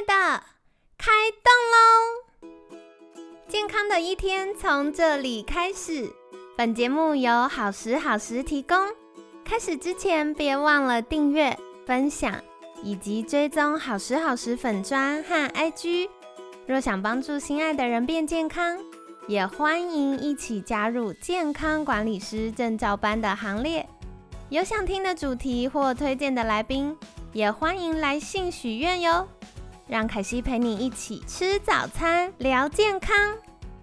的，开动喽！健康的一天从这里开始。本节目由好时好时提供。开始之前，别忘了订阅、分享以及追踪好时好时粉专和 IG。若想帮助心爱的人变健康，也欢迎一起加入健康管理师证照班的行列。有想听的主题或推荐的来宾，也欢迎来信许愿哟。让凯西陪你一起吃早餐，聊健康。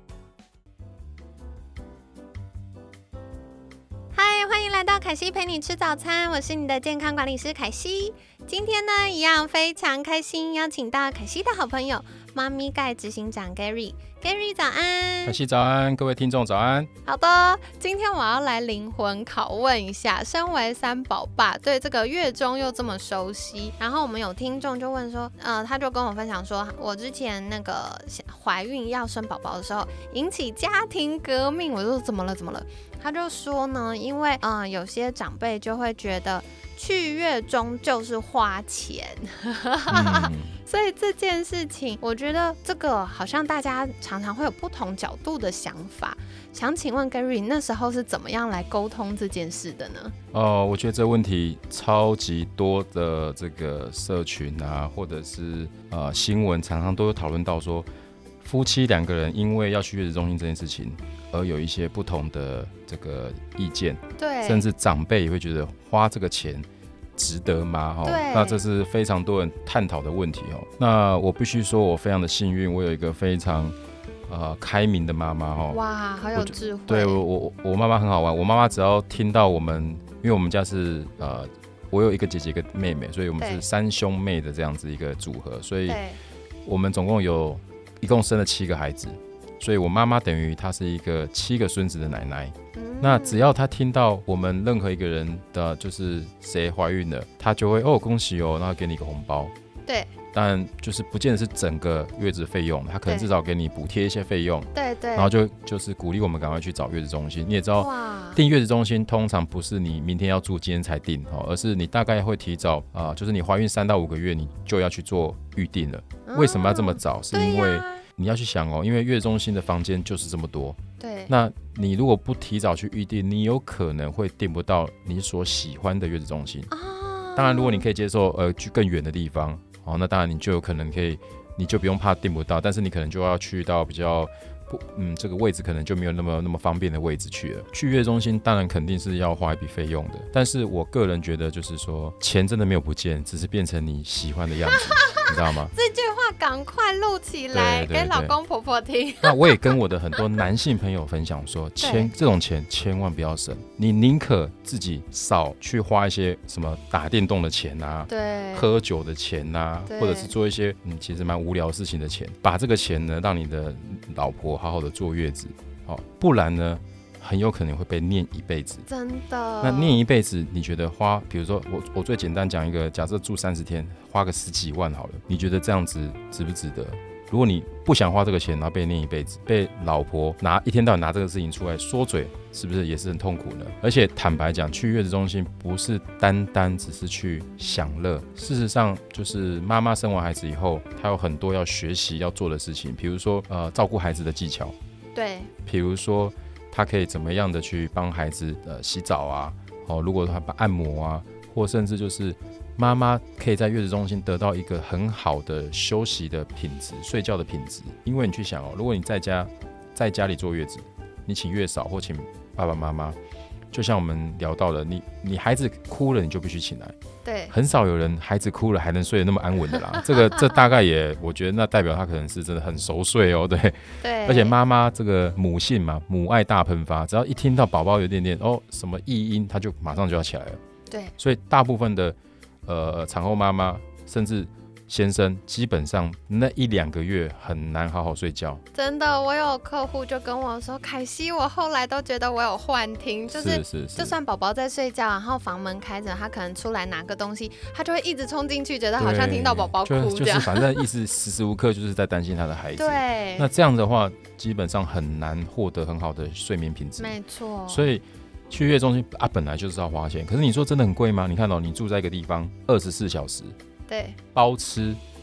嗨，欢迎来到凯西陪你吃早餐，我是你的健康管理师凯西。今天呢，一样非常开心，邀请到凯西的好朋友妈咪盖执行长 Gary。Gary 早安。 凯西早安，各位听众早安。 好的，今天我要来灵魂拷问一下，身为三宝爸，对这个月中又这么熟悉，然后我们有听众就问说，他就跟我分享说，我之前那个怀孕要生宝宝的时候，引起家庭革命，我就说怎么了？他就说呢，因为有些长辈就会觉得去月中就是花钱，所以这件事情，我觉得这个好像大家常常会有不同角度的想法。想请问 Gary， 那时候是怎么样来沟通这件事的呢？ 我觉得这问题超级多的这个社群啊，或者是新闻，常常都有讨论到说，夫妻两个人因为要去月子中心这件事情，而有一些不同的这个意见， 对， 甚至长辈也会觉得花这个钱值得吗？那这是非常多人探讨的问题。那我必须说，我非常的幸运，我有一个非常开明的妈妈。 哇，好有智慧。 对，我妈妈很好玩。我妈妈只要听到我们，因为我们家是我有一个姐姐一个妹妹，所以我们是三兄妹的这样子一个组合，所以我们总共一共生了7个孩子，所以我妈妈等于她是一个7个孙子的奶奶。那只要她听到我们任何一个人的就是谁怀孕了，她就会恭喜然后给你一个红包。 对， 当然就是不见得是整个月子费用，她可能至少给你补贴一些费用。 对， 然后就是鼓励我们赶快去找月子中心。你也知道，订月子中心通常不是你明天要住今天才订，而是你大概会提早就是你怀孕3到5个月你就要去做预定了。为什么要这么早？是因为你要去想因为月子中心的房间就是这么多。 对，那你如果不提早去预定，你有可能会订不到你所喜欢的月子中心。当然，如果你可以接受去更远的地方，那当然你就有可能你就不用怕订不到，但是你可能就要去到比较这个位置可能就没有那么方便的位置去了。去月子中心当然肯定是要花一笔费用的，但是我个人觉得就是说，钱真的没有不见，只是变成你喜欢的样子，你知道吗？ 这句话赶快录起来，给老公婆婆听。 那我也跟我的很多男性朋友分享说，这种钱千万不要省，你宁可自己少去花一些什么打电动的钱啊， 对， 喝酒的钱啊，或者是做一些其实蛮无聊事情的钱，把这个钱呢让你的老婆好好的坐月子，不然呢很有可能会被念一辈子。 真的。 那念一辈子，你觉得比如说我最简单讲一个，假设住30天，花个10几万好了，你觉得这样子值不值得？如果你不想花这个钱，然后被念一辈子，被老婆一天到晚拿这个事情出来说嘴，是不是也是很痛苦呢？而且坦白讲，去月子中心不是单只是去享乐，事实上就是妈妈生完孩子以后，她有很多要学习要做的事情，比如说照顾孩子的技巧， 对， 比如说她可以怎么样的去帮孩子洗澡啊，如果她把按摩啊，或甚至就是妈妈可以在月子中心得到一个很好的休息的品质，睡觉的品质。因为你去想如果你在家里坐月子，你请月嫂或请爸爸妈妈，就像我们聊到的，你孩子哭了你就必须请来， 对， 很少有人孩子哭了还能睡得那么安稳的啦。这大概也我觉得那代表他可能是真的很熟睡对。而且妈妈这个母性嘛，母爱大喷发，只要一听到宝宝有点什么异音，他就马上就要起来了。 对， 所以大部分的产后妈妈甚至先生基本上那1-2个月很难好好睡觉。 真的，我有客户就跟我说，凯西，我后来都觉得我有幻听，就是就算宝宝在睡觉，然后房门开着，他可能出来拿个东西，他就会一直冲进去，觉得好像听到宝宝哭这样， 就是反正意思时时无刻就是在担心他的孩子。 对， 那这样的话基本上很难获得很好的睡眠品质。 没错。 所以去月中心本来就是要花钱，可是你说真的很贵吗？你看你住在一个地方24小时， 对， 包吃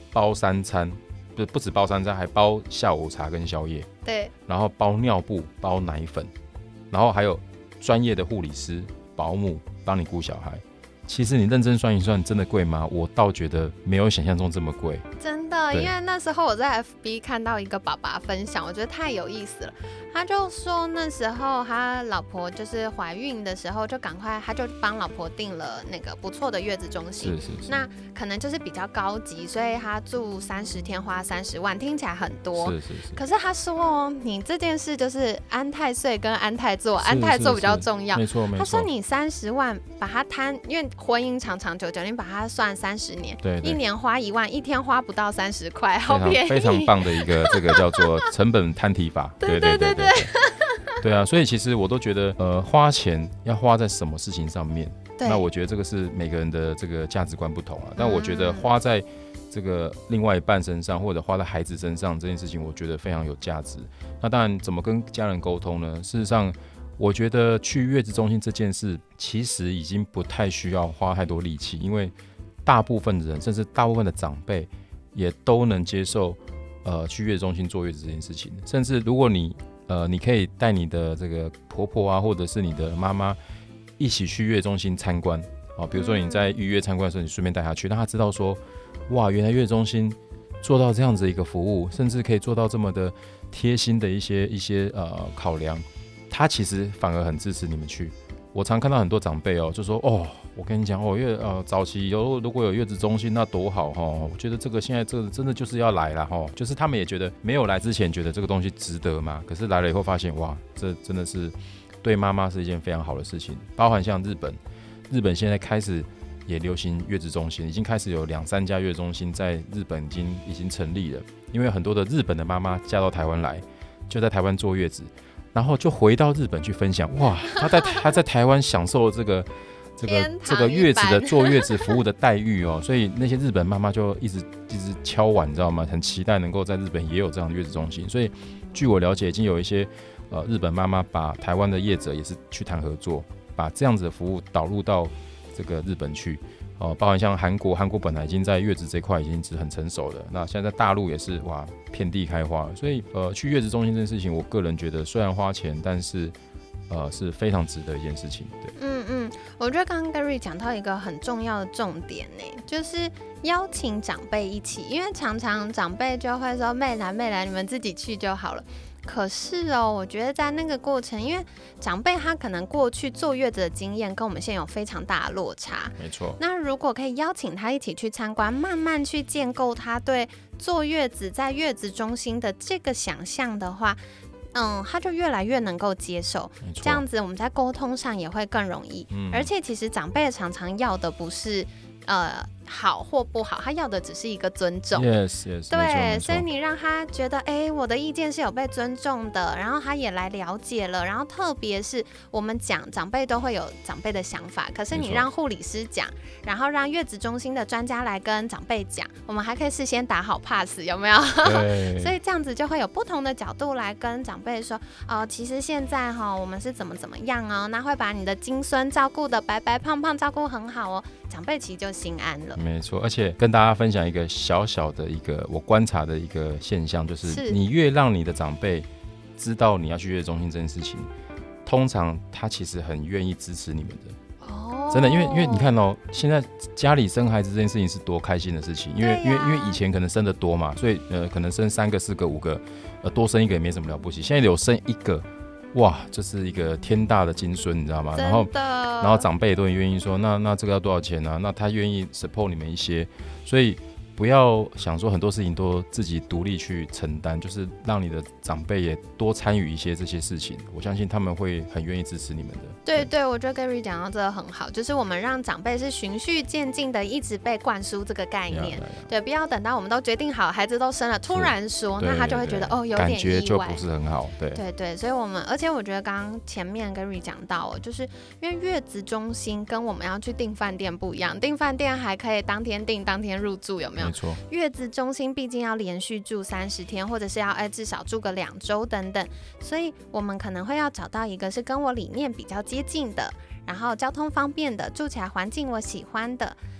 包3餐，不止包3餐，还包下午茶跟宵夜， 对， 然后包尿布、包奶粉，然后还有专业的护理师、保姆帮你顾小孩。其实你认真算一算，真的贵吗？我倒觉得没有想象中这么贵。 真的，因为那时候我在 FB 看到一个爸爸分享，我觉得太有意思了。他就说那时候他老婆就是怀孕的时候，就赶快他就帮老婆订了那个不错的月子中心。 是。 那可能就是比较高级，所以他住30天花30万，听起来很多。 是。 可是他说哦，你这件事就是安泰税跟安泰做，安泰做比较重要。 没错。 他说你30万把它摊，因为婚姻长长久久，你把它算30年， 对， 一年花1万，一天花不到30块，好便宜， 非常棒的一个这个叫做成本摊提法。对。对啊，所以其实我都觉得，花钱要花在什么事情上面，那我觉得这个是每个人的这个价值观不同啊。但我觉得花在这个另外一半身上，或者花在孩子身上这件事情，我觉得非常有价值。那当然，怎么跟家人沟通呢？事实上，我觉得去月子中心这件事，其实已经不太需要花太多力气，因为大部分的人，甚至大部分的长辈，也都能接受，去月子中心坐月子这件事情。甚至如果你可以带你的这个婆婆啊，或者是你的妈妈一起去月子中心参观，比如说你在预约参观的时候，你顺便带她去，让她知道说，哇，原来月子中心做到这样子一个服务，甚至可以做到这么的贴心的一些考量，她其实反而很支持你们去。我常看到很多长辈就说我跟你讲早期如果有月子中心那多好我觉得现在这个真的就是要来了就是他们也觉得没有来之前觉得这个东西值得嘛，可是来了以后发现哇，这真的是对妈妈是一件非常好的事情。包含像日本现在开始也流行月子中心，已经开始有2-3家月子中心在日本已经成立了，因为很多的日本的妈妈嫁到台湾来，就在台湾坐月子，然后就回到日本去分享，哇，他在台湾享受这个月子的坐月子服务的待遇所以那些日本妈妈就一直敲碗，你知道吗？很期待能够在日本也有这样的月子中心。所以据我了解，已经有一些日本妈妈把台湾的业者也是去谈合作，把这样子的服务导入到这个日本去。包含像韩国本来已经在月子这块已经很成熟了，那现在在大陆也是哇遍地开花，所以去月子中心这件事情，我个人觉得虽然花钱，但是是非常值得一件事情。对， 我觉得刚刚 Gary 讲到一个很重要的重点呢，就是邀请长辈一起，因为常常长辈就会说妹来，你们自己去就好了。可是我觉得在那个过程，因为长辈他可能过去坐月子的经验跟我们现在有非常大的落差， 没错。 那如果可以邀请他一起去参观，慢慢去建构他对坐月子在月子中心的这个想象的话，他就越来越能够接受，这样子我们在沟通上也会更容易。而且其实长辈常常要的不是好或不好，他要的只是一个尊重。 Yes， 对，所以你让他觉得我的意见是有被尊重的，然后他也来了解了，然后特别是我们讲长辈都会有长辈的想法，可是你让护理师讲，然后让月子中心的专家来跟长辈讲，我们还可以事先打好 pass， 有没有？所以这样子就会有不同的角度来跟长辈说其实现在我们是怎么样那会把你的金孙照顾的白白胖胖，照顾很好长辈其实就心安了。 没错，而且跟大家分享一个小小的一个我观察的一个现象，就是你越让你的长辈知道你要去月子中心这件事情，通常他其实很愿意支持你们的。真的，因为你看现在家里生孩子这件事情是多开心的事情，因为以前可能生得多嘛，所以可能生3个、4个、5个，多生一个也没什么了不起。现在有生一个，哇，这是一个天大的金孙，你知道吗？然后长辈都很愿意说，那这个要多少钱啊？那他愿意 support 你们一些，所以不要想说很多事情都自己独立去承担，就是让你的长辈也多参与一些这些事情，我相信他们会很愿意支持你们的。 对，我觉得 Gary 讲到这个很好，就是我们让长辈是循序渐进的，一直被灌输这个概念。对，不要等到我们都决定好，孩子都生了，突然说，那他就会觉得有点意外， 感觉就不是很好。 对，所以而且我觉得刚刚前面 Gary 讲到就是因为月子中心跟我们要去订饭店不一样，订饭店还可以当天订当天入住，有没有？ 没错。 月子中心毕竟要连续住30天，或者是要至少住个2周等等，所以我们可能会要找到一个是跟我理念比较接近的，然后交通方便的，住起来环境我喜欢的。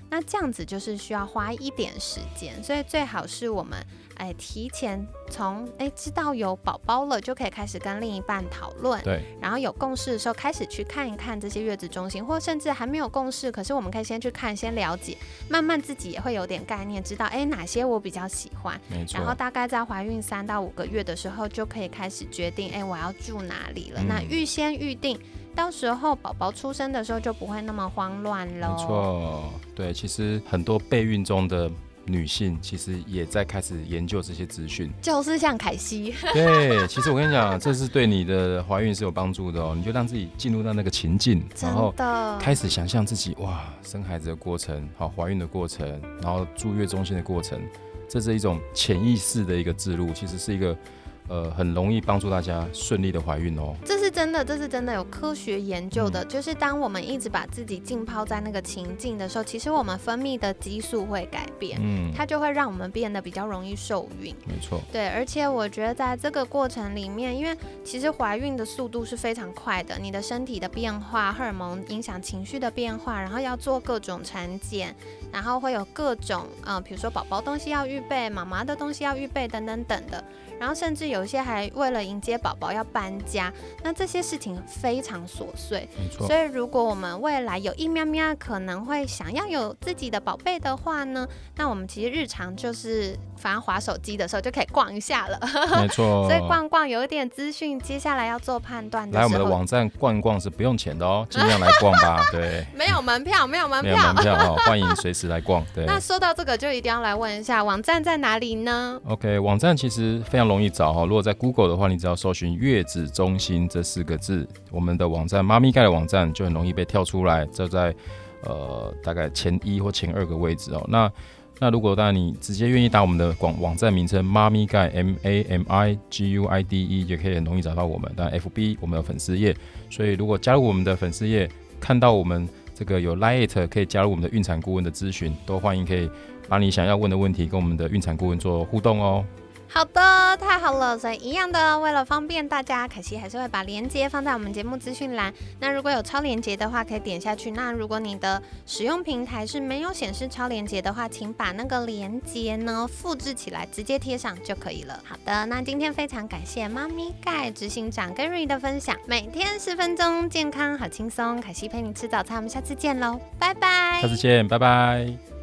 那这样子就是需要花一点时间，所以最好是我们提前从知道有宝宝了，就可以开始跟另一半讨论， 对， 然后有共识的时候开始去看一看这些月子中心，或甚至还没有共识，可是我们可以先去看，先了解，慢慢自己也会有点概念，知道哪些我比较喜欢， 没错。 然后大概在怀孕3到5个月的时候，就可以开始决定我要住哪里了。那预先预定，到时候宝宝出生的时候就不会那么慌乱了。 没错，对，其实很多备孕中的女性其实也在开始研究这些资讯， 就是像凯西。 对，其实我跟你讲，这是对你的怀孕是有帮助的哦。你就让自己进入到那个情境，然后开始想象自己生孩子的过程，怀孕的过程，然后住月中心的过程，这是一种潜意识的一个置入，其实是一个很容易帮助大家顺利的怀孕哦。 这是真的有科学研究的，就是当我们一直把自己浸泡在那个情境的时候，其实我们分泌的激素会改变，它就会让我们变得比较容易受孕。 没错， 对，而且我觉得在这个过程里面，因为其实怀孕的速度是非常快的，你的身体的变化、荷尔蒙影响情绪的变化，然后要做各种产检，然后会有各种比如说宝宝东西要预备，妈妈的东西要预备等等等的，然后甚至有些还为了迎接宝宝要搬家，那这些事情非常琐碎。 没错。 所以如果我们未来有一喵喵可能会想要有自己的宝贝的话呢，那我们其实日常就是反正滑手机的时候就可以逛一下了。 没错。 所以逛逛有一点资讯，接下来要做判断的时候， 来我们的网站逛一逛是不用钱的哦，尽量来逛吧。对， 没有门票，没有门票， 没有门票哦，欢迎随时来逛。对。 那说到这个，就一定要来问一下网站在哪里呢 ？OK， 网站其实非常容易找哈。如果在 Google 的话，你只要搜寻月子中心这4个字，我们的网站妈咪盖的网站就很容易被跳出来，就在大概前1或前2个位置哦。那如果当然你直接愿意打我们的网站名称妈咪盖 MAMIGUIDE， 也可以很容易找到我们。当然 FB 我们有粉丝页，所以如果加入我们的粉丝页，看到我们这个有 Lite 可以加入我们的孕产顾问的咨询，都欢迎可以把你想要问的问题跟我们的孕产顾问做互动哦。 好的，太好了，所以一样的，为了方便大家，凯西还是会把连结放在我们节目资讯栏。那如果有超连结的话，可以点下去。那如果你的使用平台是没有显示超连结的话，请把那个连结呢复制起来，直接贴上就可以了。好的，那今天非常感谢妈咪盖执行长 Gary 的分享，每天10分钟，健康好轻松，凯西陪你吃早餐，我们下次见喽，拜拜。 下次见，拜拜。